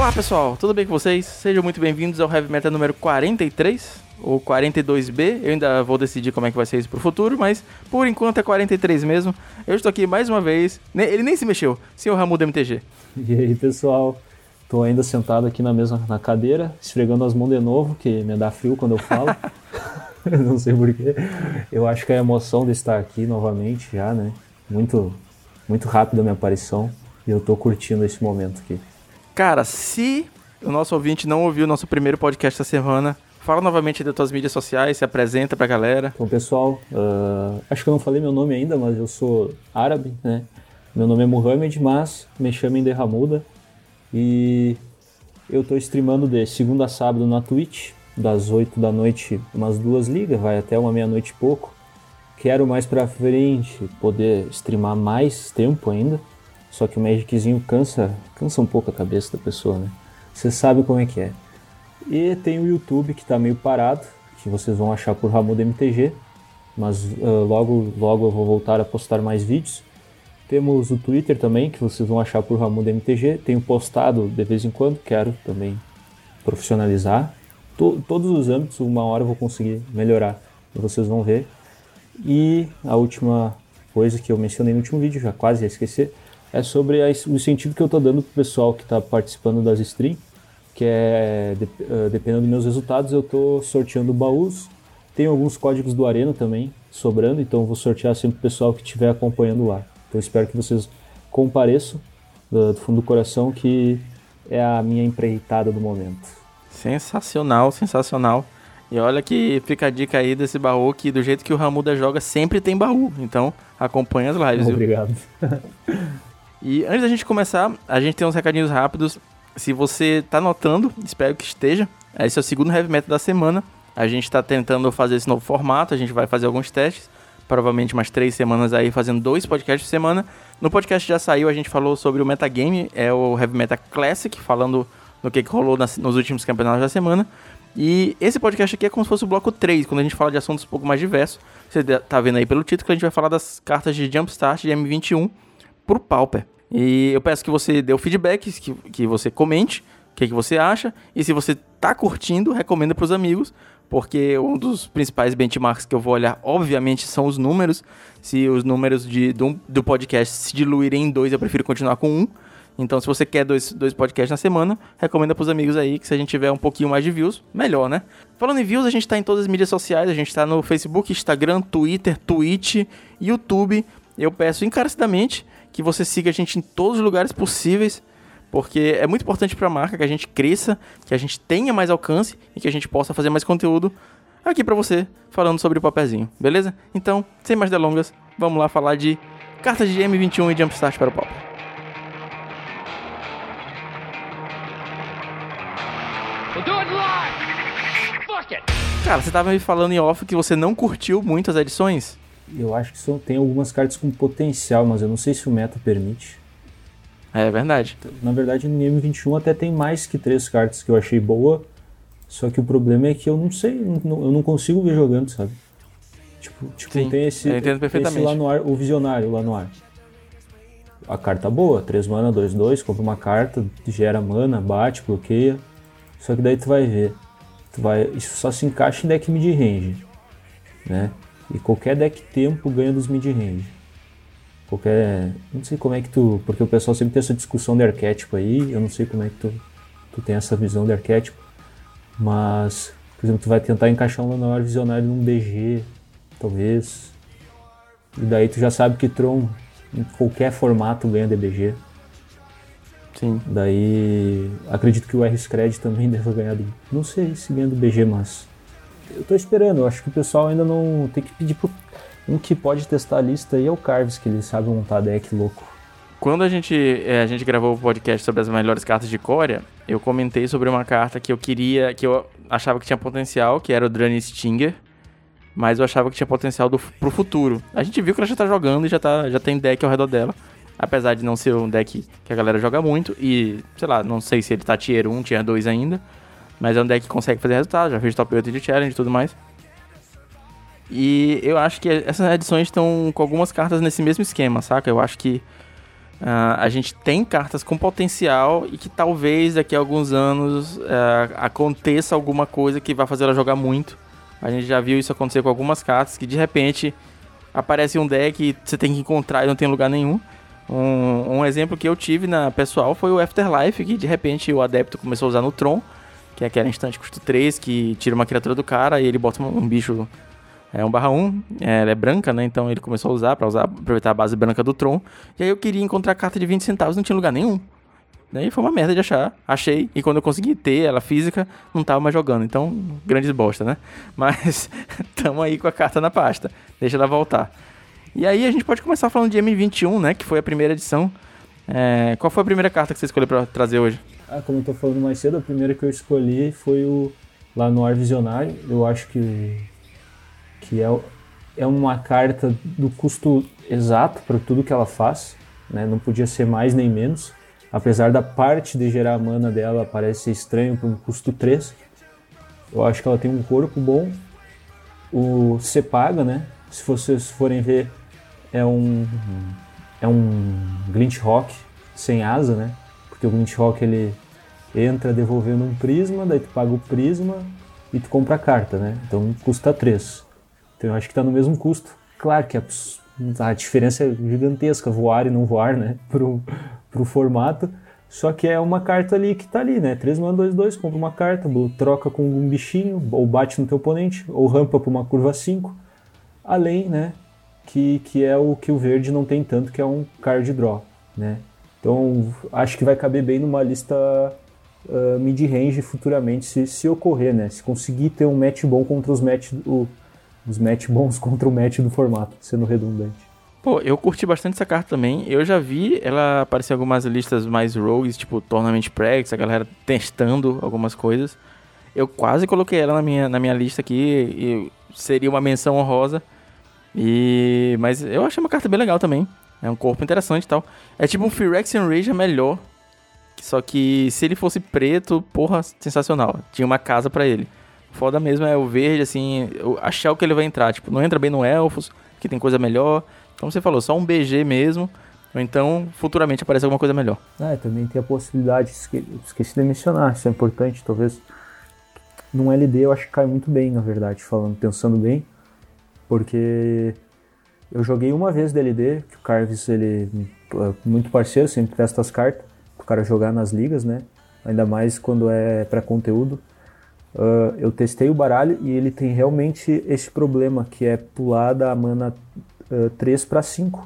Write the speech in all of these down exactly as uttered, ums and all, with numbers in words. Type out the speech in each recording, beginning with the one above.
Olá pessoal, tudo bem com vocês? Sejam muito bem-vindos ao Heavy Meta número quarenta e três, ou quarenta e dois B, eu ainda vou decidir como é que vai ser isso pro futuro, mas por enquanto é quarenta e três mesmo. Eu estou aqui mais uma vez, ele nem se mexeu, senhor Ramuda M T G. E aí pessoal, tô ainda sentado aqui na mesma na cadeira, esfregando as mãos de novo, que me dá frio quando eu falo. Não sei porquê. Eu acho que é a emoção de estar aqui novamente já, né? Muito, muito rápido a minha aparição e eu tô curtindo esse momento aqui. Cara, se o nosso ouvinte não ouviu o nosso primeiro podcast essa semana, fala novamente das tuas mídias sociais, se apresenta pra galera. Bom, pessoal, uh, acho que eu não falei meu nome ainda, mas eu sou árabe, né? Meu nome é Mohamed, mas me chamem de Ramuda. E eu tô streamando de segunda a sábado na Twitch, das oito da noite, umas duas ligas, vai até uma meia-noite e pouco. Quero mais pra frente poder streamar mais tempo ainda, só que o Magiczinho cansa, cansa um pouco a cabeça da pessoa, né? Você sabe como é que é. E tem o YouTube que tá meio parado, que vocês vão achar por Ramuda M T G, mas uh, logo, logo eu vou voltar a postar mais vídeos. Temos o Twitter também, que vocês vão achar por Ramuda M T G. Tenho postado de vez em quando, quero também profissionalizar. To- todos os âmbitos, uma hora eu vou conseguir melhorar, vocês vão ver. E a última coisa que eu mencionei no último vídeo, já quase ia esquecer, é sobre a, o incentivo que eu estou dando pro pessoal que está participando das streams, que é, de, uh, dependendo dos meus resultados, eu estou sorteando baús. Tem alguns códigos do Arena também sobrando, então eu vou sortear sempre o pessoal que estiver acompanhando lá. Então eu espero que vocês compareçam do, do fundo do coração, que é a minha empreitada do momento. Sensacional, sensacional. E olha que fica a dica aí desse baú, que do jeito que o Ramuda joga sempre tem baú. Então acompanha as lives. Obrigado. E antes da gente começar, a gente tem uns recadinhos rápidos. Se você tá notando, espero que esteja, esse é o segundo Heavy Metal da semana. A gente tá tentando fazer esse novo formato, a gente vai fazer alguns testes. Provavelmente umas três semanas aí, fazendo dois podcasts por semana. No podcast já saiu, a gente falou sobre o Metagame, é o Heavy Metal Classic, falando do que, que rolou nas, nos últimos campeonatos da semana. E esse podcast aqui é como se fosse o bloco três, quando a gente fala de assuntos um pouco mais diversos. Você tá vendo aí pelo título que a gente vai falar das cartas de Jumpstart de M vinte e um pro Pauper. E eu peço que você dê o feedback, que, que você comente o que, que você acha. E se você tá curtindo, recomenda pros amigos, porque um dos principais benchmarks que eu vou olhar, obviamente, são os números. Se os números de, do, do podcast se diluírem em dois, eu prefiro continuar com um. Então, se você quer dois, dois podcasts na semana, recomenda pros amigos aí, que se a gente tiver um pouquinho mais de views, melhor, né? Falando em views, a gente tá em todas as mídias sociais, a gente tá no Facebook, Instagram, Twitter, Twitch, YouTube. Eu peço encarecidamente que você siga a gente em todos os lugares possíveis, porque é muito importante para a marca que a gente cresça, que a gente tenha mais alcance e que a gente possa fazer mais conteúdo aqui para você, falando sobre o Pauperzinho, beleza? Então, sem mais delongas, vamos lá falar de cartas de M vinte e um e Jumpstart para o Pauper. Cara, você tava me falando em off que você não curtiu muito as edições? Eu acho que só tem algumas cartas com potencial, mas eu não sei se o meta permite. É verdade. Na verdade, no M vinte e um até tem mais que três cartas que eu achei boa, só que o problema é que eu não sei, eu não consigo ver jogando, sabe? Tipo, tipo Sim, tem esse, eu entendo perfeitamente. esse lá no ar, o Visionário lá no ar. A carta boa, três mana, dois dois, compra uma carta, gera mana, bate, bloqueia. Só que daí tu vai ver, tu vai, isso só se encaixa em deck mid-range, né? E qualquer deck tempo ganha dos mid-range. Qualquer... Não sei como é que tu... Porque o pessoal sempre tem essa discussão de arquétipo aí. Eu não sei como é que tu, tu tem essa visão de arquétipo. Mas, por exemplo, tu vai tentar encaixar um Llanowar Visionário num B G, talvez. E daí tu já sabe que Tron, em qualquer formato, ganha de B G. Sim. Daí, acredito que o R-Scred também deve ganhar do... Não sei se ganha do B G, mas... Eu tô esperando, eu acho que o pessoal ainda não tem que pedir pro... Um que pode testar a lista aí é o Carves, que ele sabe montar deck louco. Quando a gente, é, a gente gravou o podcast sobre as melhores cartas de Corea, eu comentei sobre uma carta que eu queria, que eu achava que tinha potencial, que era o Drani Stinger, mas eu achava que tinha potencial do, pro futuro. A gente viu que ela já tá jogando e já, tá, já tem deck ao redor dela, apesar de não ser um deck que a galera joga muito, e, sei lá, não sei se ele tá tier um, tier dois ainda, mas é um deck que consegue fazer resultado, já fez top oito de challenge e tudo mais. E eu acho que essas edições estão com algumas cartas nesse mesmo esquema, saca? Eu acho que Uh, a gente tem cartas com potencial e que talvez daqui a alguns anos uh, aconteça alguma coisa que vai fazer ela jogar muito. A gente já viu isso acontecer com algumas cartas que de repente aparece um deck e você tem que encontrar e não tem lugar nenhum. Um, um exemplo que eu tive na pessoal foi o Afterlife, que de repente o adepto começou a usar no Tron, que é aquela instante custo três que tira uma criatura do cara e ele bota um, um bicho... É um barra um, é, ela é branca, né? Então ele começou a usar pra usar, aproveitar a base branca do Tron. E aí eu queria encontrar a carta de vinte centavos, não tinha lugar nenhum. Daí foi uma merda de achar. Achei, e quando eu consegui ter ela física, não tava mais jogando. Então, grandes bosta, né? Mas, tamo aí com a carta na pasta. Deixa ela voltar. E aí a gente pode começar falando de M vinte e um, né? Que foi a primeira edição. É, qual foi a primeira carta que você escolheu pra trazer hoje? Ah, como eu tô falando mais cedo, a primeira que eu escolhi foi o Llanowar Visionário. Eu acho que... que é, é uma carta do custo exato para tudo que ela faz, né? Não podia ser mais nem menos, apesar da parte de gerar mana dela parecer estranho para um custo três. Eu acho que ela tem um corpo bom, o você paga, né? Se vocês forem ver, é um é um Glint Rock sem asa, né? Porque o Glint Rock ele entra devolvendo um prisma, daí tu paga o prisma e tu compra a carta, né? Então custa três. Então eu acho que está no mesmo custo. Claro que a, a diferença é gigantesca, voar e não voar, né? Pro, pro formato. Só que é uma carta ali que tá ali, né? três mana, dois, dois, compra uma carta, troca com um bichinho, ou bate no teu oponente, ou rampa para uma curva cinco. Além, né? Que, que é o que o verde não tem tanto, que é um card draw, né? Então acho que vai caber bem numa lista uh, mid-range futuramente, se, se ocorrer, né? Se conseguir ter um match bom contra os match... O, os match bons contra o match do formato, sendo redundante. Pô, eu curti bastante essa carta também. Eu já vi ela aparecer em algumas listas mais rogues, tipo Tournament Practice, a galera testando algumas coisas. Eu quase coloquei ela na minha, na minha lista aqui, e seria uma menção honrosa. E... Mas eu achei uma carta bem legal também. É um corpo interessante e tal. É tipo um Phyrexian Rage melhor. Só que se ele fosse preto, porra, sensacional. Tinha uma casa pra ele. Foda mesmo é o verde, assim, achar o que ele vai entrar. Tipo, não entra bem no Elfos, que tem coisa melhor. Como você falou, só um B G mesmo. Ou então, futuramente aparece alguma coisa melhor. Ah, também tem a possibilidade, esque- esqueci de mencionar, isso é importante, talvez. Num L D eu acho que cai muito bem, na verdade, falando, pensando bem. Porque eu joguei uma vez de L D, que o Carves, ele é muito parceiro, sempre testa as cartas, pro cara jogar nas ligas, né? Ainda mais quando é pra conteúdo. Uh, eu testei o baralho e ele tem realmente esse problema, que é pular da mana uh, três para cinco.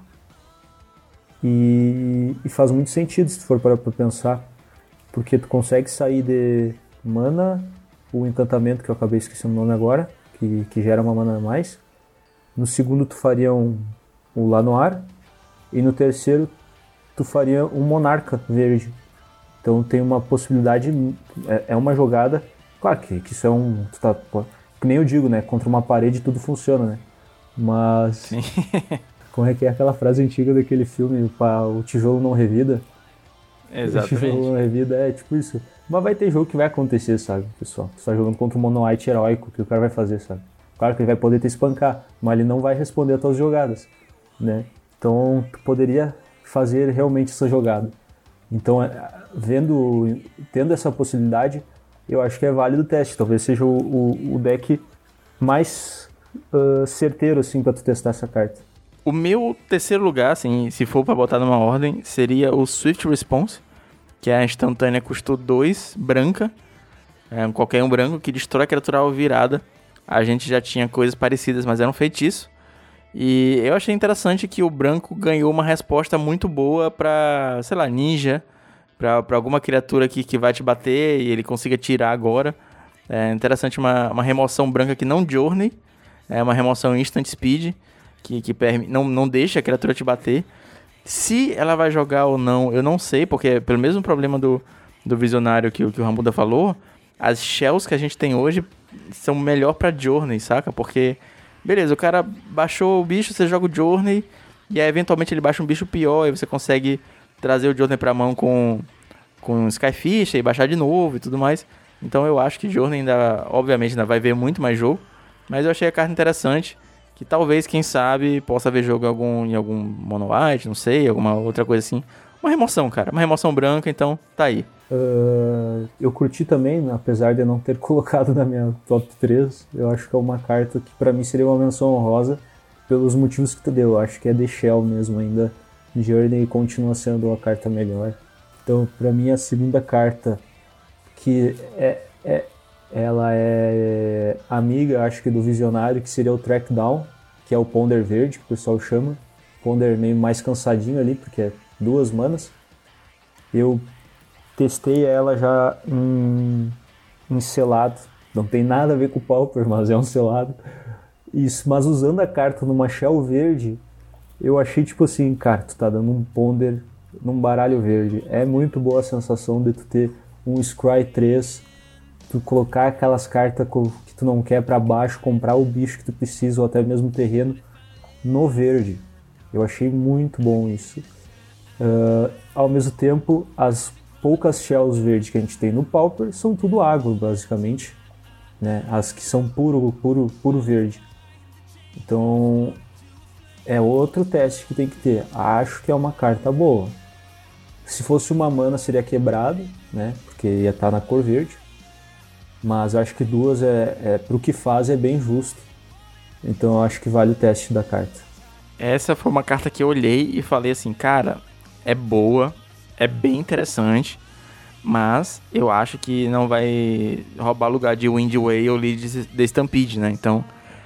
E, e faz muito sentido se tu for parar pra pensar, porque tu consegue sair de mana, o encantamento que eu acabei esquecendo o nome agora, que, que gera uma mana a mais. No segundo tu faria um, um Llanowar, e no terceiro tu faria um Monarca verde. Então tem uma possibilidade, é, é uma jogada. Claro que, que isso é um... Tá, que nem eu digo, né? Contra uma parede tudo funciona, né? Mas... Sim. Como é que é aquela frase antiga daquele filme, o tijolo não revida? Exatamente. O tijolo não revida, é tipo isso. Mas vai ter jogo que vai acontecer, sabe, pessoal? Você tá jogando contra um Mono White heróico, o que o cara vai fazer, sabe? Claro que ele vai poder te espancar, mas ele não vai responder as tuas jogadas, né? Então, tu poderia fazer realmente essa jogada. Então, vendo, tendo essa possibilidade... Eu acho que é válido o teste. Talvez seja o, o, o deck mais uh, certeiro, assim, pra tu testar essa carta. O meu terceiro lugar, assim, se for pra botar numa ordem, seria o Swift Response, que é a instantânea custo dois, branca. É um qualquer um branco que destrói a criatura virada. A gente já tinha coisas parecidas, mas era um feitiço. E eu achei interessante que o branco ganhou uma resposta muito boa pra, sei lá, ninja... Pra, pra alguma criatura que, que vai te bater e ele consiga tirar agora. É interessante uma, uma remoção branca que não Journey. É uma remoção Instant Speed. Que, que permi- não, não deixa a criatura te bater. Se ela vai jogar ou não, eu não sei. Porque pelo mesmo problema do, do Visionário que, que o Rambuda falou, as shells que a gente tem hoje são melhor pra Journey, saca? Porque, beleza, o cara baixou o bicho, você joga o Journey. E aí eventualmente ele baixa um bicho pior. E você consegue... trazer o Journey pra mão com, com Skyfish e baixar de novo e tudo mais. Então eu acho que Journey ainda, obviamente, ainda vai ver muito mais jogo. Mas eu achei a carta interessante, que talvez, quem sabe, possa ver jogo em algum, em algum Mono White, não sei, alguma outra coisa assim. uma remoção, cara. Uma remoção branca, então tá aí. Uh, eu curti também, apesar de eu não ter colocado na minha top três. Eu acho que é uma carta que pra mim seria uma menção honrosa pelos motivos que tu deu. Eu acho que é The Shell mesmo ainda. Journey continua sendo uma carta melhor. Então, pra mim, a segunda carta que é, é ela é amiga, acho que do Visionário, que seria o Track Down, que é o Ponder verde, que o pessoal chama. Ponder meio mais cansadinho ali, porque é duas manas. Eu testei ela já em, em selado. Não tem nada a ver com o Pauper, mas é um selado. Isso, mas usando a carta numa Shell verde, eu achei tipo assim, cara, tu tá dando um Ponder num baralho verde. É muito boa a sensação de tu ter um Scry três, tu colocar aquelas cartas que tu não quer pra baixo, comprar o bicho que tu precisa ou até mesmo o terreno no verde. Eu achei muito bom isso. Uh, ao mesmo tempo, as poucas shells verdes que a gente tem no Pauper são tudo agro, basicamente, né? As que são puro, puro, puro verde. Então, é outro teste que tem que ter. Acho que é uma carta boa. Se fosse uma mana, seria quebrado, né? Porque ia estar na cor verde. Mas acho que duas, é, é, pro que faz, é bem justo. Então, acho que vale o teste da carta. Essa foi uma carta que eu olhei e falei assim, cara, é boa, é bem interessante, mas eu acho que não vai roubar lugar de Wind Whale ou Lead de Stampede, né? Então,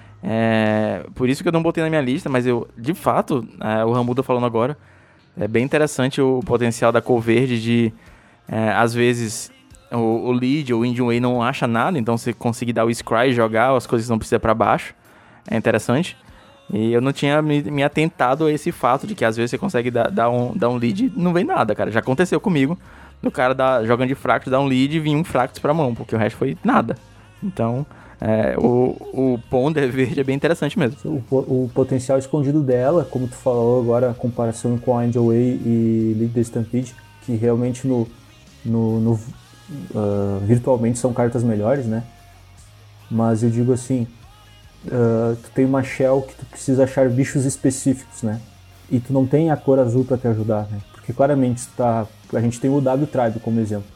é por isso que eu não botei na minha lista, mas eu, de fato, é, o Ramuda falando agora, é bem interessante o potencial da cor verde de, é, às vezes, o, o Lead ou o Wind Whale não acha nada, então você conseguir dar o Scry e jogar as coisas que não precisa para baixo, é interessante. E eu não tinha me, me atentado a esse fato de que às vezes você consegue dar, dar, um, dar um lead e não vem nada, cara. Já aconteceu comigo, do cara dá, jogando de Fractus, dá um lead e vinha um Fractus pra mão, porque o resto foi nada. Então, é, o, o Ponder verde é bem interessante mesmo. O, o potencial escondido dela, como tu falou agora, a comparação com a Angel Way e Lead the Stampede, que realmente no, no, no uh, virtualmente são cartas melhores, né? Mas eu digo assim, Uh, tu tem uma shell que tu precisa achar bichos específicos, né? E tu não tem a cor azul para te ajudar, né? Porque claramente tu tá, a gente tem o W Tribe como exemplo,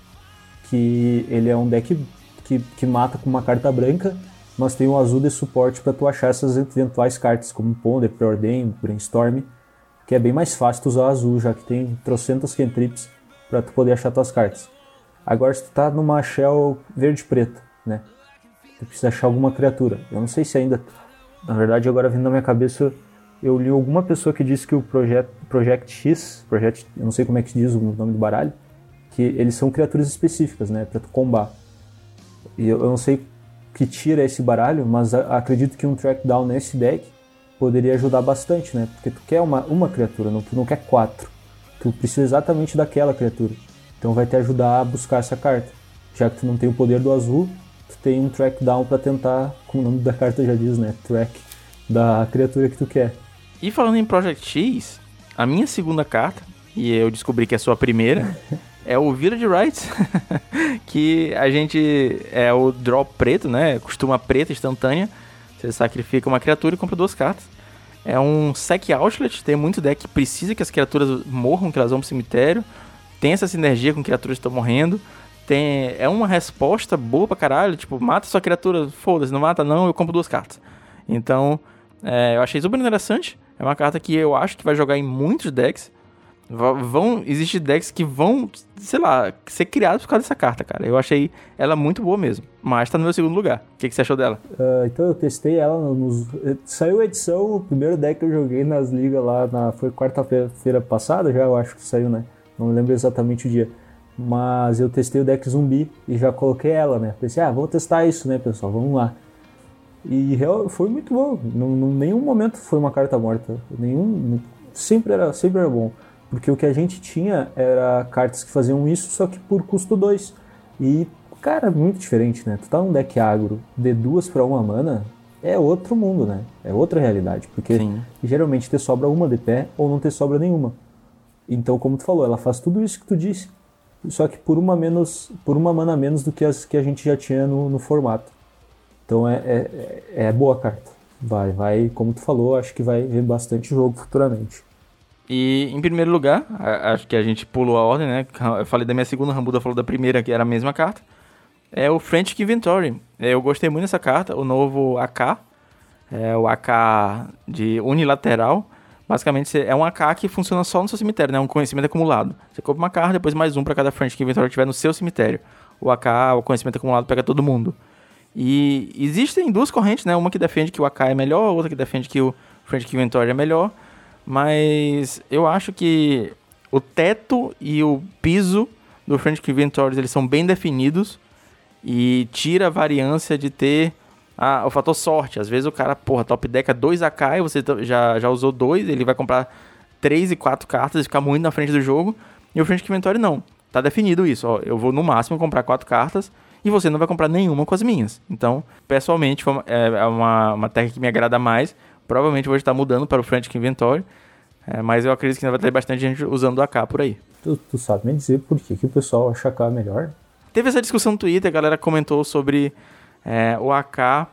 que ele é um deck que, que mata com uma carta branca, mas tem o azul de suporte para tu achar essas eventuais cartas, como Ponder, Preordain, Brainstorm, que é bem mais fácil tu usar o azul, já que tem trocentas cantrips para tu poder achar tuas cartas. Agora se tu tá numa shell verde-preta, né? Tu precisa achar alguma criatura. Eu não sei se ainda... Na verdade, agora vindo na minha cabeça, eu li alguma pessoa que disse que o Project, Project X, Project, eu não sei como é que se diz o nome do baralho, que eles são criaturas específicas, né, pra tu combar. E eu, eu não sei que tira esse baralho, mas a, acredito que um track down nesse deck poderia ajudar bastante, né, porque tu quer uma, uma criatura, não, tu não quer quatro. Tu precisa exatamente daquela criatura. Então vai te ajudar a buscar essa carta. Já que tu não tem o poder do azul, tu tem um track down pra tentar, como o nome da carta já diz, né? Track da criatura que tu quer. E falando em Project X, a minha segunda carta, e eu descobri que é a sua primeira, é o Village Rites, que a gente é o draw preto, né? Costuma preta instantânea. Você sacrifica uma criatura e compra duas cartas. É um Sec Outlet, tem muito deck que precisa que as criaturas morram, que elas vão pro cemitério. Tem essa sinergia com criaturas que estão morrendo. Tem, é uma resposta boa pra caralho, tipo, mata sua criatura, foda-se, não mata não, eu compro duas cartas. Então, é, eu achei super interessante, é uma carta que eu acho que vai jogar em muitos decks. Vão, existem decks que vão, sei lá, ser criados por causa dessa carta, cara. Eu achei ela muito boa mesmo, mas tá no meu segundo lugar. O que, que você achou dela? Uh, então eu testei ela, nos, saiu a edição, o primeiro deck que eu joguei nas ligas lá, na, foi quarta-feira passada já, eu acho que saiu, né? Não lembro exatamente o dia. Mas eu testei o deck zumbi e já coloquei ela, né? Pensei, ah, vou testar isso, né, pessoal? Vamos lá. E real, foi muito bom. Em nenhum momento foi uma carta morta. Nenhum, sempre, era, sempre era bom. Porque o que a gente tinha era cartas que faziam isso, só que por custo dois. E, cara, muito diferente, né? Tu tá num deck agro de duas pra uma mana, é outro mundo, né? É outra realidade. Porque Sim. geralmente te sobra uma de pé ou não te sobra nenhuma. Então, como tu falou, ela faz tudo isso que tu disse. Só que por uma, menos, por uma mana menos do que as que a gente já tinha no, no formato. Então é, é, é boa a carta. Vai, vai, como tu falou, acho que vai ver bastante jogo futuramente. E em primeiro lugar, a, acho que a gente pulou a ordem, né? Eu falei da minha segunda, Rambuda falou da primeira, que era a mesma carta. É o Frantic Inventory. Eu gostei muito dessa carta, o novo A K. É o A K de unilateral. Basicamente, é um A K que funciona só no seu cemitério, né? Um conhecimento acumulado. Você compra uma carta, depois mais um para cada Frantic Inventory que tiver no seu cemitério. O A K, o conhecimento acumulado, pega todo mundo. E existem duas correntes, né? Uma que defende que o A K é melhor, outra que defende que o Frantic Inventory é melhor. Mas eu acho que o teto e o piso do Frantic Inventory, eles são bem definidos e tira a variância de ter a, o fator sorte. Às vezes o cara, porra, top deck dois A K e você já, já usou dois, ele vai comprar três e quatro cartas e ficar muito na frente do jogo. E o Frantic Inventory não. Tá definido isso, ó. Eu vou no máximo comprar quatro cartas e você não vai comprar nenhuma com as minhas. Então, pessoalmente, é uma, uma técnica que me agrada mais. Provavelmente vou estar mudando para o Frantic Inventory, é, mas eu acredito que ainda vai ter bastante gente usando o A K por aí. Tu, tu sabe me dizer por que, que o pessoal acha A K melhor? Teve essa discussão no Twitter, a galera comentou sobre é, o A K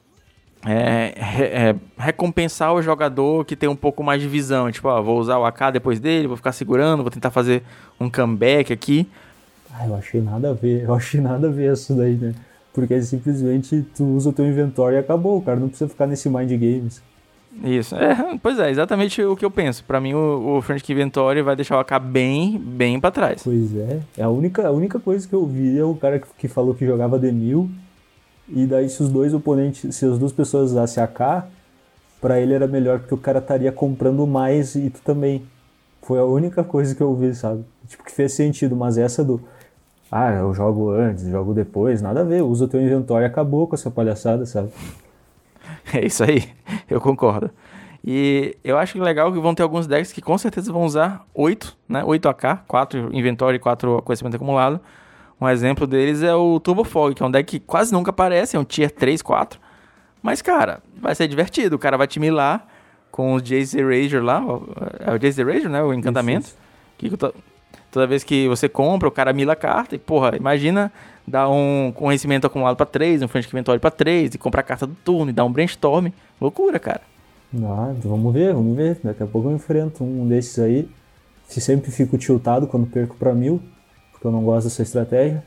é, é, recompensar o jogador que tem um pouco mais de visão. Tipo, ó, vou usar o A K depois dele, vou ficar segurando, vou tentar fazer um comeback aqui. Ah, eu achei nada a ver, eu achei nada a ver isso daí, né? Porque simplesmente tu usa o teu inventório e acabou, o cara não precisa ficar nesse mind games. Isso, é, pois é, exatamente o que eu penso. Pra mim, o, o Frantic Inventory vai deixar o A K bem, bem pra trás. Pois é, é a única, a única coisa que eu vi é o cara que, que falou que jogava D mil, e daí se os dois oponentes, se as duas pessoas usassem A K, pra ele era melhor, porque o cara estaria comprando mais e tu também. Foi a única coisa que eu vi, sabe? Tipo, que fez sentido, mas essa do... Ah, eu jogo antes, jogo depois, nada a ver, usa o teu inventório e acabou com essa palhaçada, sabe? É isso aí, eu concordo. E eu acho legal que vão ter alguns decks que com certeza vão usar oito, né? oito A K, quatro inventório e quatro conhecimento acumulado. Um exemplo deles é o Turbo Fog, que é um deck que quase nunca aparece, é um tier três, quatro. Mas, cara, vai ser divertido. O cara vai te milar com o Jace Erasure lá. É o Jace Erasure, né? O encantamento. Isso, isso. Que toda vez que você compra, o cara mila a carta. E, porra, imagina dar um conhecimento acumulado pra três, um Frantic Inventory pra três, e comprar a carta do turno, e dar um Brainstorm. Loucura, cara. Ah, vamos ver, vamos ver. Daqui a pouco eu enfrento um desses aí. Se sempre fico tiltado quando perco pra mil, porque eu não gosto dessa estratégia.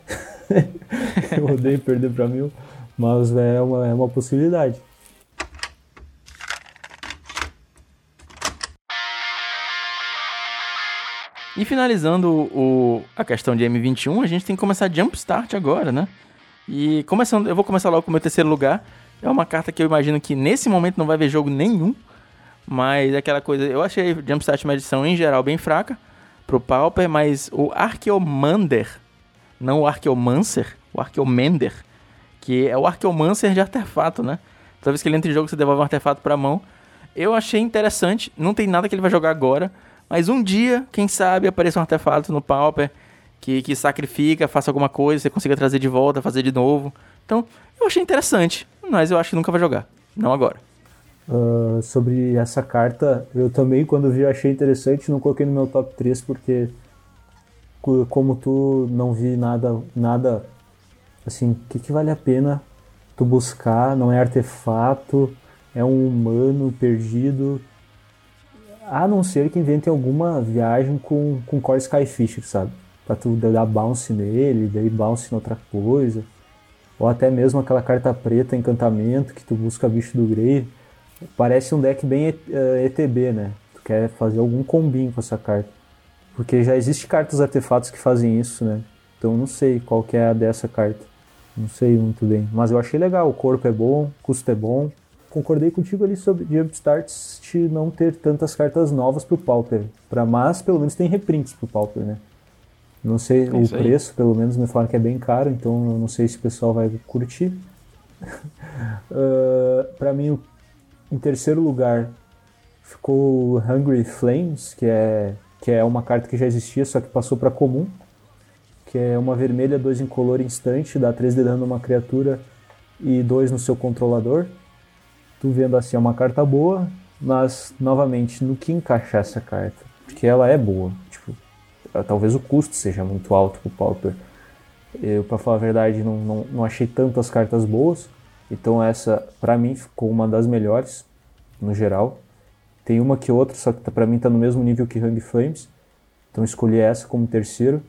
Eu odeio perder pra mil, mas é uma, é uma possibilidade. E finalizando o, a questão de M vinte e um, a gente tem que começar Jumpstart agora, né? E começando, eu vou começar logo com o meu terceiro lugar. É uma carta que eu imagino que nesse momento não vai ver jogo nenhum, mas é aquela coisa... Eu achei Jumpstart uma edição em geral bem fraca pro Pauper, mas o Archaeomander, não o Archaeomancer, o Archaeomander, que é o Archaeomancer de artefato, né? Toda vez que ele entra em jogo, você devolve um artefato pra mão. Eu achei interessante, não tem nada que ele vai jogar agora, mas um dia, quem sabe, apareça um artefato no Pauper que, que sacrifica, faça alguma coisa, você consiga trazer de volta, fazer de novo. Então, eu achei interessante, mas eu acho que nunca vai jogar. Não agora. Uh, sobre essa carta, eu também, quando vi, achei interessante. Não coloquei no meu top três, porque como tu não vi nada, nada assim, o que, que vale a pena tu buscar? Não é artefato, é um humano perdido... A não ser que inventem alguma viagem com, com Core Skyfisher, sabe? Pra tu dar bounce nele, daí bounce em outra coisa. Ou até mesmo aquela carta preta, encantamento, que tu busca bicho do grave. Parece um deck bem E T B, né? Tu quer fazer algum combinho com essa carta. Porque já existe cartas artefatos que fazem isso, né? Então não sei qual que é a dessa carta. Não sei muito bem. Mas eu achei legal, o corpo é bom, o custo é bom. Concordei contigo ali sobre Jumpstarts de não ter tantas cartas novas pro Pauper. Pra, mas pelo menos tem reprints pro Pauper, né? Não sei, é o preço, pelo menos me falaram que é bem caro, então eu não sei se o pessoal vai curtir. uh, pra mim, em terceiro lugar, ficou o Hungry Flames, que é, que é uma carta que já existia, só que passou pra comum. Que é uma vermelha, dois incolor instante, dá três de dano numa criatura e dois no seu controlador. Tu vendo assim, é uma carta boa, mas, novamente, no que encaixar essa carta? Porque ela é boa. Tipo, talvez o custo seja muito alto pro Pauper. Eu, pra falar a verdade, não, não, não achei tantas cartas boas. Então essa, pra mim, ficou uma das melhores, no geral. Tem uma que outra, só que tá, pra mim tá no mesmo nível que Hang Flames. Então escolhi essa como terceiro.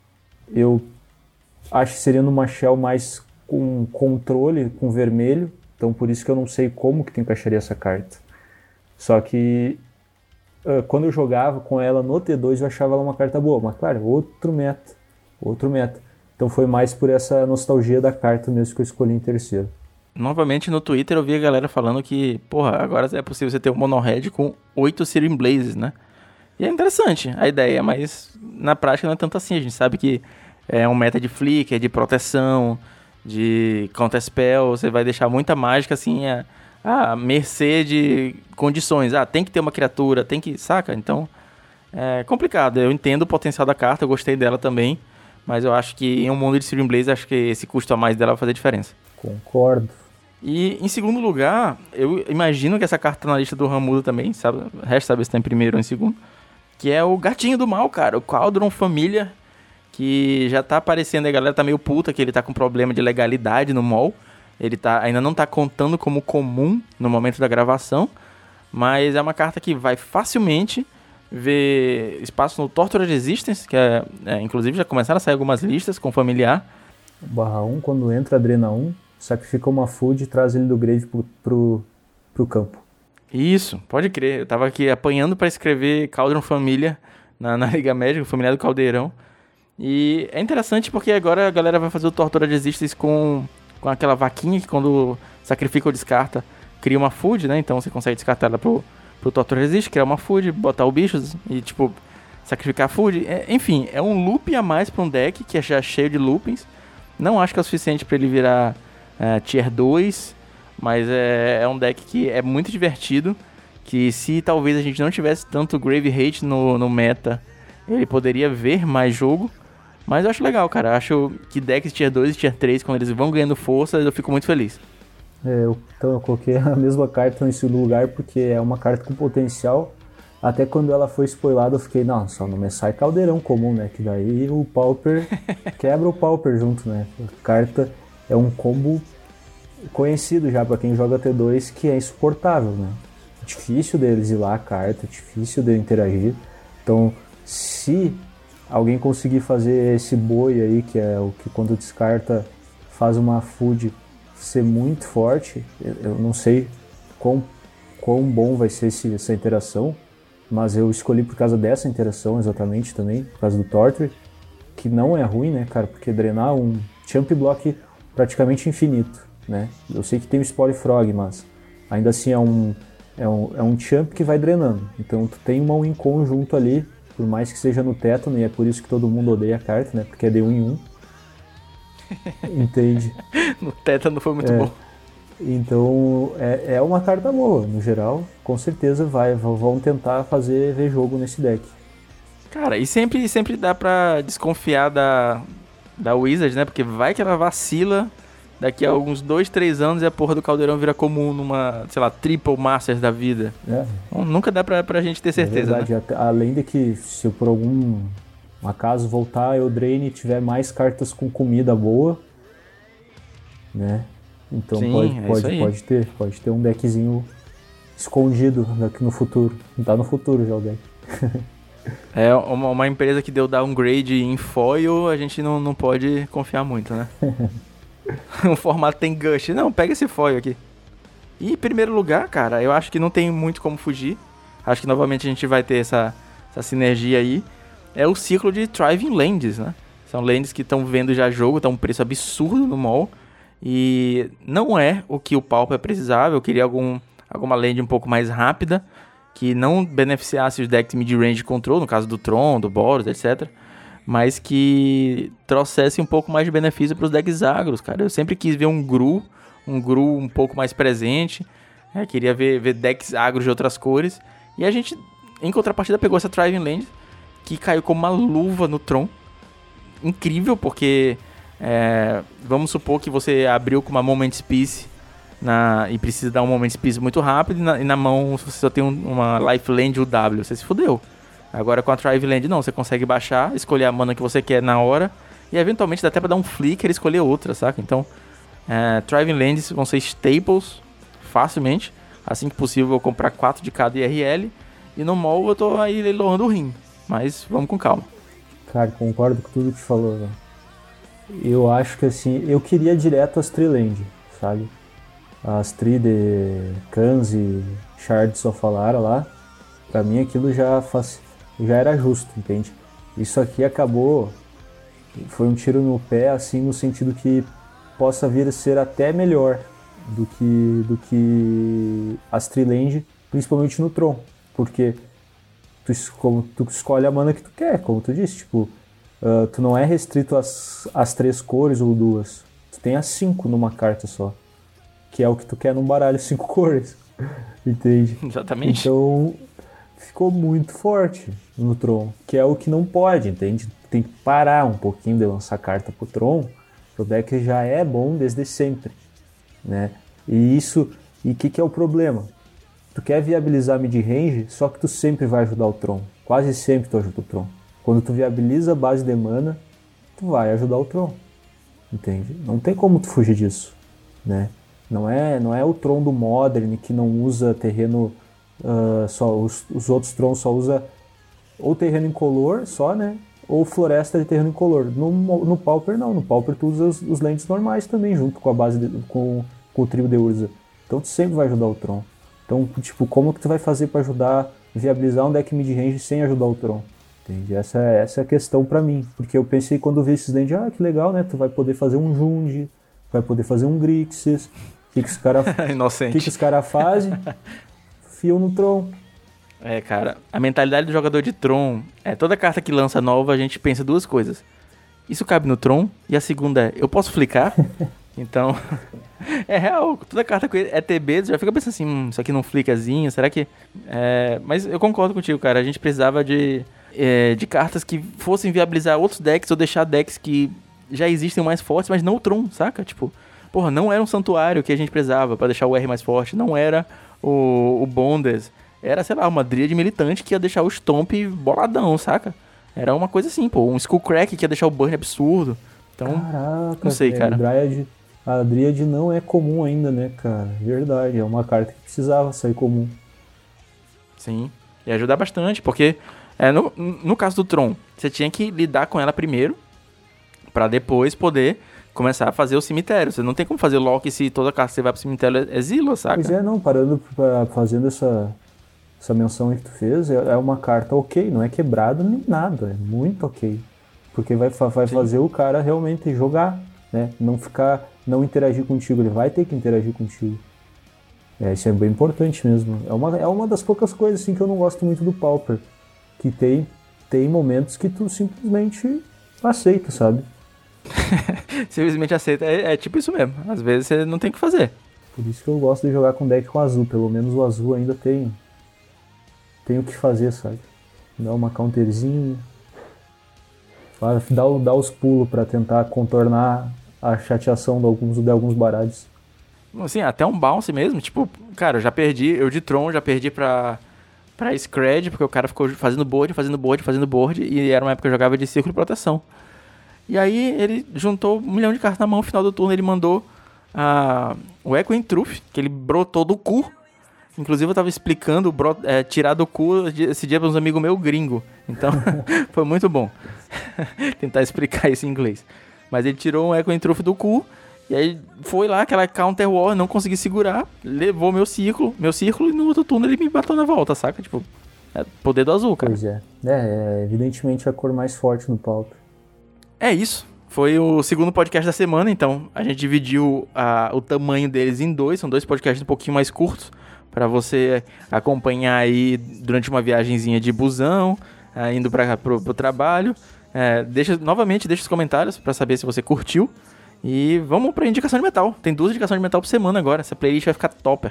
Eu acho que seria numa shell mais com controle, com vermelho. Então por isso que eu não sei como que tu encaixaria essa carta. Só que uh, quando eu jogava com ela no T dois eu achava ela uma carta boa. Mas claro, outro meta. Outro meta. Então foi mais por essa nostalgia da carta mesmo que eu escolhi em terceiro. Novamente no Twitter eu vi a galera falando que, porra, agora é possível você ter um Mono Red com oito Searing Blazes, né? E é interessante a ideia, mas na prática não é tanto assim. A gente sabe que é um meta de flicker, de proteção, de counter spell. Você vai deixar muita mágica assim a, a mercê de condições. Ah, tem que ter uma criatura, tem que... Saca? Então é complicado. Eu entendo o potencial da carta, eu gostei dela também. Mas eu acho que em um mundo de Searing Blaze, acho que esse custo a mais dela vai fazer diferença. Concordo. E em segundo lugar, eu imagino que essa carta tá na lista do Ramuda também, sabe? Resta saber se tá em primeiro ou em segundo. Que é o gatinho do mal, cara. O Cauldron Família, que já tá aparecendo, a galera tá meio puta que ele tá com problema de legalidade no mall. Ele tá, ainda não tá contando como comum no momento da gravação, mas é uma carta que vai facilmente ver espaço no Torture Resistance, que é, é, inclusive já começaram a sair algumas listas com familiar. Barra um, quando entra, drena um, sacrifica uma food e traz ele do grave pro, pro, pro campo. Isso, pode crer. Eu tava aqui apanhando pra escrever Cauldron Família na, na Liga Médica, familiar do Caldeirão. E é interessante porque agora a galera vai fazer o Torture Resistance com, com aquela vaquinha que quando sacrifica ou descarta, cria uma food, né? Então você consegue descartar ela pro, pro Torture Resist, criar uma food, botar o bicho e, tipo, sacrificar a food. É, enfim, é um loop a mais pra um deck que é já cheio de loopings. Não acho que é o suficiente pra ele virar é, Tier dois, mas é, é um deck que é muito divertido, que se talvez a gente não tivesse tanto Grave Hate no, no meta, ele poderia ver mais jogo. Mas eu acho legal, cara. Eu acho que decks Tier dois e Tier três, quando eles vão ganhando força, eu fico muito feliz. É, eu, então eu coloquei a mesma carta em segundo lugar, porque é uma carta com potencial. Até quando ela foi spoilada, eu fiquei, não, só não me sai Caldeirão comum, né? Que daí o Pauper quebra o Pauper junto, né? A carta é um combo conhecido já pra quem joga T dois, que é insuportável, né? Difícil deles ir lá a carta, difícil de interagir. Então, se alguém conseguir fazer esse boi aí, que é o que quando descarta faz uma food ser muito forte, eu não sei quão, quão bom vai ser esse, essa interação, mas eu escolhi por causa dessa interação exatamente também, por causa do Torture, que não é ruim, né, cara, porque drenar um Champ Block praticamente infinito, né? Eu sei que tem o Spore Frog, mas ainda assim é um, é um, é um Champ que vai drenando, então tu tem uma win conjunto ali, por mais que seja no tétano, e é por isso que todo mundo odeia a carta, né, porque é de um em um. Entende? No tétano foi muito é, bom. Então é, é uma carta boa, no geral, com certeza vai, vão tentar fazer ver jogo nesse deck. Cara, e sempre, sempre dá pra desconfiar da, da Wizard, né? Porque vai que ela vacila daqui a alguns dois, três anos e a porra do Caldeirão vira comum numa, sei lá, Triple Masters da vida. É. Então, nunca dá pra, pra gente ter certeza, é verdade, né? até, além de que se eu por algum acaso voltar, eu drain e tiver mais cartas com comida boa, né? Então Sim, pode, é pode, pode ter, pode ter um deckzinho escondido daqui no futuro. Tá no futuro já o deck. É uma, uma empresa que deu downgrade em foil, a gente não, não pode confiar muito, né? O formato tem gush. Não, pega esse foil aqui. E em primeiro lugar, cara, eu acho que não tem muito como fugir. Acho que novamente a gente vai ter essa, essa sinergia aí. É o ciclo de Thriving Lands, né? São lands que estão vendo já jogo, tá um preço absurdo no mall. E não é o que o Pauper precisava. Eu queria algum, alguma land um pouco mais rápida, que não beneficiasse os decks mid-range control, no caso do Tron, do Boros, etcétera. Mas que trouxesse um pouco mais de benefício para os decks agros, cara. Eu sempre quis ver um Gru, um Gru um pouco mais presente. É, queria ver, ver decks agros de outras cores. E a gente, em contrapartida, pegou essa Thriving Land, que caiu como uma luva no Tron. Incrível, porque é, vamos supor que você abriu com uma Moment's Peace na, e precisa dar um Moment's Peace muito rápido, e na, e na mão você só tem um, uma Life Land U W, você se fudeu. Agora com a Thriving Land não, você consegue baixar, escolher a mana que você quer na hora, e eventualmente dá até pra dar um flicker e escolher outra, saca? Então, é, Thriving Lands vão ser staples facilmente. Assim que possível, eu vou comprar quatro de cada I R L. E no mall eu tô aí leiloando o rim. Mas vamos com calma. Cara, concordo com tudo que tu falou, velho. Eu acho que assim, eu queria direto as Triland, sabe? As Tri de Khans e Shards of Alara lá. Pra mim aquilo já, faz, já era justo, entende? Isso aqui acabou... Foi um tiro no pé, assim, no sentido que possa vir a ser até melhor do que, do que as Triland, principalmente no Tron. Porque tu, como, tu escolhe a mana que tu quer, como tu disse, tipo, uh, tu não é restrito às, às três cores ou duas. Tu tem as cinco numa carta só. Que é o que tu quer num baralho, cinco cores. Entende? Exatamente. Então, ficou muito forte no Tron, que é o que não pode, entende? Tem que parar um pouquinho de lançar carta pro Tron. O deck já é bom desde sempre, né? E isso, e o que, que é o problema? Tu quer viabilizar mid-range, só que tu sempre vai ajudar o Tron. Quase sempre tu ajuda o Tron. Quando tu viabiliza a base de mana, tu vai ajudar o Tron. Entende? Não tem como tu fugir disso, né? Não é, não é o Tron do Modern que não usa terreno... Uh, só, os, os outros Trons só usa ou terreno incolor só, né? Ou floresta de terreno incolor. No, no Pauper não, no Pauper tu usa os, os lands normais também, junto com a base, de, com, com o trio de Urza. Então tu sempre vai ajudar o Tron. Então, tipo, como que tu vai fazer pra ajudar, viabilizar um deck mid-range sem ajudar o Tron? Entende? Essa, essa é a questão pra mim. Porque eu pensei quando eu vi esses lands, ah, que legal, né? Tu vai poder fazer um Jund, vai poder fazer um Grixis. O que que os caras Inocente. que que os cara fazem? Fiam no Tron. É, cara, a mentalidade do jogador de Tron é toda carta que lança nova, a gente pensa duas coisas. Isso cabe no Tron, e a segunda é, eu posso flicar? Então, é real, toda carta com E T B, você já fica pensando assim, hum, isso aqui não flicazinho, será que... É, mas eu concordo contigo, cara, a gente precisava de, é, de cartas que fossem viabilizar outros decks, ou deixar decks que já existem mais fortes, mas não o Tron, saca? Tipo, porra, não era um santuário que a gente precisava pra deixar o R mais forte, não era o, o Bondes. Era, sei lá, uma dríade militante que ia deixar o Stomp boladão, saca? Era uma coisa assim, pô. Um Skullcrack que ia deixar o Burn absurdo. Então, caraca, não sei, velho, cara. Dryad, a dríade não é comum ainda, né, cara? Verdade, é uma carta que precisava sair comum. Sim, ia ajudar bastante, porque é, no, no caso do Tron, você tinha que lidar com ela primeiro, pra depois poder começar a fazer o cemitério. Você não tem como fazer lock se toda carta que você vai pro cemitério é Zila, saca? Pois é, não, parando, pra, fazendo essa... Essa menção aí que tu fez é uma carta ok, não é quebrado nem nada, é muito ok. Porque vai, vai fazer o cara realmente jogar, né? Não ficar, não interagir contigo, ele vai ter que interagir contigo. É, isso é bem importante mesmo. É uma, é uma das poucas coisas assim, que eu não gosto muito do Pauper. Que tem, tem momentos que tu simplesmente aceita, sabe? Simplesmente aceita, é, é tipo isso mesmo. Às vezes você não tem o que fazer. Por isso que eu gosto de jogar com deck com azul, pelo menos o azul ainda tem... Tem o que fazer, sabe? Dá uma counterzinha. Dá, dá os pulos pra tentar contornar a chateação de alguns, de alguns baralhos. Assim, até um bounce mesmo. Tipo, cara, eu já perdi. Eu de Tron já perdi pra, pra Scred, porque o cara ficou fazendo board, fazendo board, fazendo board. E era uma época que eu jogava de círculo de proteção. E aí ele juntou um milhão de cartas na mão. No final do turno ele mandou uh, o Echo in Truth, que ele brotou do cu. Inclusive eu tava explicando bro, é, tirar do cu esse dia para uns amigos meus gringo. Então foi muito bom tentar explicar isso em inglês. Mas ele tirou um Echo in Truth do cu. E aí foi lá aquela counter war, não consegui segurar. Levou meu círculo, meu círculo e no outro turno ele me bateu na volta, saca? Tipo, é poder do azul, cara. Pois é. É, é evidentemente a cor mais forte no palco. É isso. Foi o segundo podcast da semana, então a gente dividiu a, o tamanho deles em dois. São dois podcasts um pouquinho mais curtos, para você acompanhar aí durante uma viagenzinha de busão, uh, indo para pro, pro trabalho. Uh, deixa, novamente, deixa os comentários para saber se você curtiu. E vamos para indicação de metal. Tem duas indicações de metal por semana agora. Essa playlist vai ficar topper.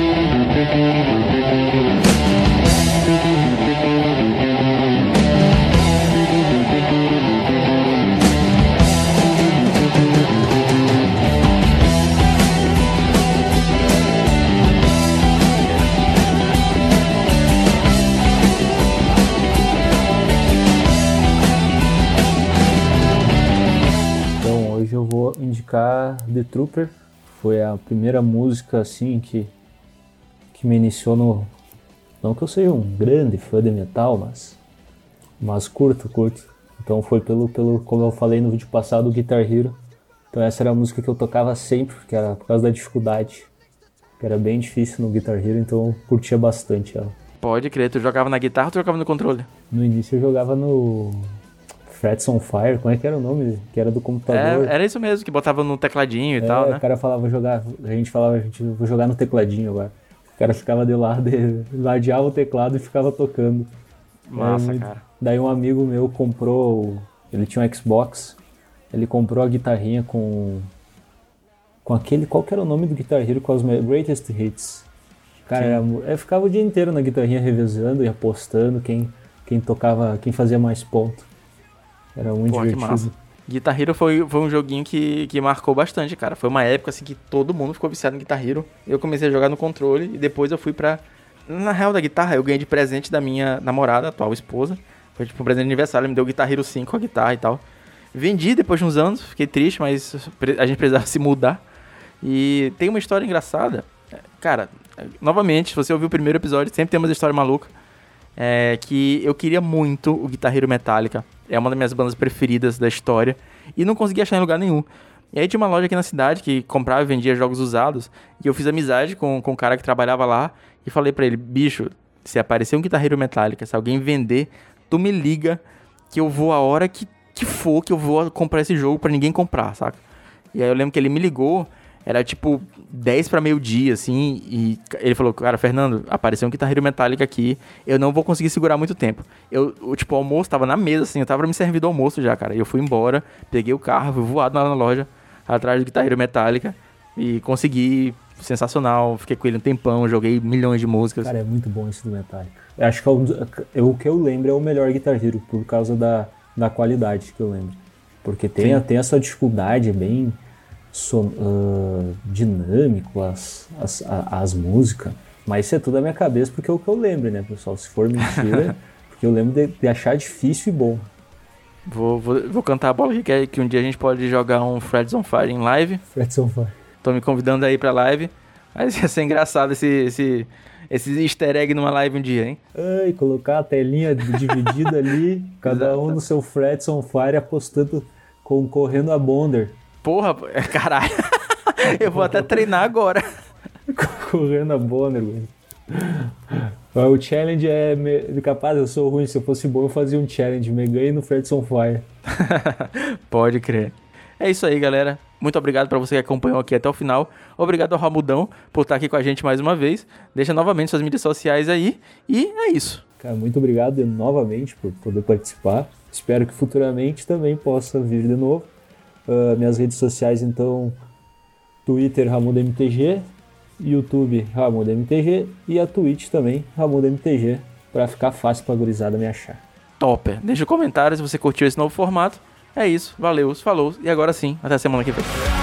Eu vou indicar The Trooper. Foi a primeira música assim que, que me iniciou no... Não que eu seja um grande fã de metal, mas... Mas curto, curto. Então foi pelo, pelo, como eu falei no vídeo passado, o Guitar Hero. Então essa era a música que eu tocava sempre, que era por causa da dificuldade. Que era bem difícil no Guitar Hero, então eu curtia bastante ela. Pode crer, tu jogava na guitarra ou tu jogava no controle? No início eu jogava no Frets on Fire, como é que era o nome? Que era do computador. É, era isso mesmo, que botava no tecladinho e é, tal, né? O cara falava jogar, a gente falava, a gente, vou jogar no tecladinho agora. O cara ficava de lado, ladeava o teclado e ficava tocando. Massa, muito... cara. Daí um amigo meu comprou, ele tinha um Xbox, ele comprou a guitarrinha com, com aquele, qual que era o nome do Guitar Hero com os Greatest Hits? Cara, era, eu ficava o dia inteiro na guitarrinha revezando e apostando quem, quem tocava, quem fazia mais ponto. Era muito Pô, divertido. Que massa. Guitar Hero foi, foi um joguinho que, que marcou bastante, cara. Foi uma época assim que todo mundo ficou viciado em Guitar Hero. Eu comecei a jogar no controle e depois eu fui pra... Na real da guitarra, eu ganhei de presente da minha namorada, atual esposa. Foi tipo um presente de aniversário, ela me deu o Guitar Hero cinco, a guitarra e tal. Vendi depois de uns anos, fiquei triste, mas a gente precisava se mudar. E tem uma história engraçada. Cara, novamente, se você ouviu o primeiro episódio, sempre tem uma história maluca. É que eu queria muito o Guitar Hero Metallica. É uma das minhas bandas preferidas da história. E não conseguia achar em lugar nenhum. E aí tinha uma loja aqui na cidade que comprava e vendia jogos usados. E eu fiz amizade com, com um cara que trabalhava lá. E falei pra ele, bicho, se aparecer um Guitar Hero Metallica, se alguém vender, tu me liga que eu vou a hora que, que for, que eu vou comprar esse jogo pra ninguém comprar, saca? E aí eu lembro que ele me ligou, era tipo dez pra meio-dia, assim, e ele falou, cara, Fernando, apareceu um Guitar Hero Metallica aqui, eu não vou conseguir segurar muito tempo. Eu, eu tipo, o almoço tava na mesa, assim, eu tava me servindo do almoço já, cara. E eu fui embora, peguei o carro, fui voado lá na loja, atrás do Guitar Hero Metallica, e consegui, sensacional, fiquei com ele um tempão, joguei milhões de músicas. Cara, é muito bom esse do Metallica. Eu acho que é um, eu, o que eu lembro é o melhor Guitar Hero, por causa da, da qualidade que eu lembro. Porque tem, tem essa dificuldade, é bem son, uh, dinâmico as, as, a, as músicas, mas isso é tudo da minha cabeça porque é o que eu lembro, né, pessoal? Se for mentira, porque eu lembro de, de achar difícil e bom. Vou, vou, vou cantar a bola que, que um dia a gente pode jogar um Frets on Fire em live. Frets on Fire. Tô me convidando aí pra live. Mas ia ser engraçado esse, esse, esse easter egg numa live um dia, hein? Ai, colocar a telinha dividida ali, cada um no seu Frets on Fire apostando, concorrendo a Bonder. Porra, caralho. Eu vou até treinar agora. Concorrendo a Bonder, velho. O challenge é me... capaz, eu sou ruim, se eu fosse bom eu fazia um challenge, me ganhei no Frets on Fire. Pode crer. É isso aí, galera. Muito obrigado para você que acompanhou aqui até o final. Obrigado ao Ramudão por estar aqui com a gente mais uma vez. Deixa novamente suas mídias sociais aí. E é isso. Cara, muito obrigado novamente por poder participar. Espero que futuramente também possa vir de novo. Uh, minhas redes sociais, então, Twitter, RamudoMTG, YouTube, RamudoMTG e a Twitch também, RamudoMTG, para ficar fácil pra gurizada me achar. Topper. Deixa um comentário se você curtiu esse novo formato. É isso, valeu, falou, e agora sim, até a semana que vem.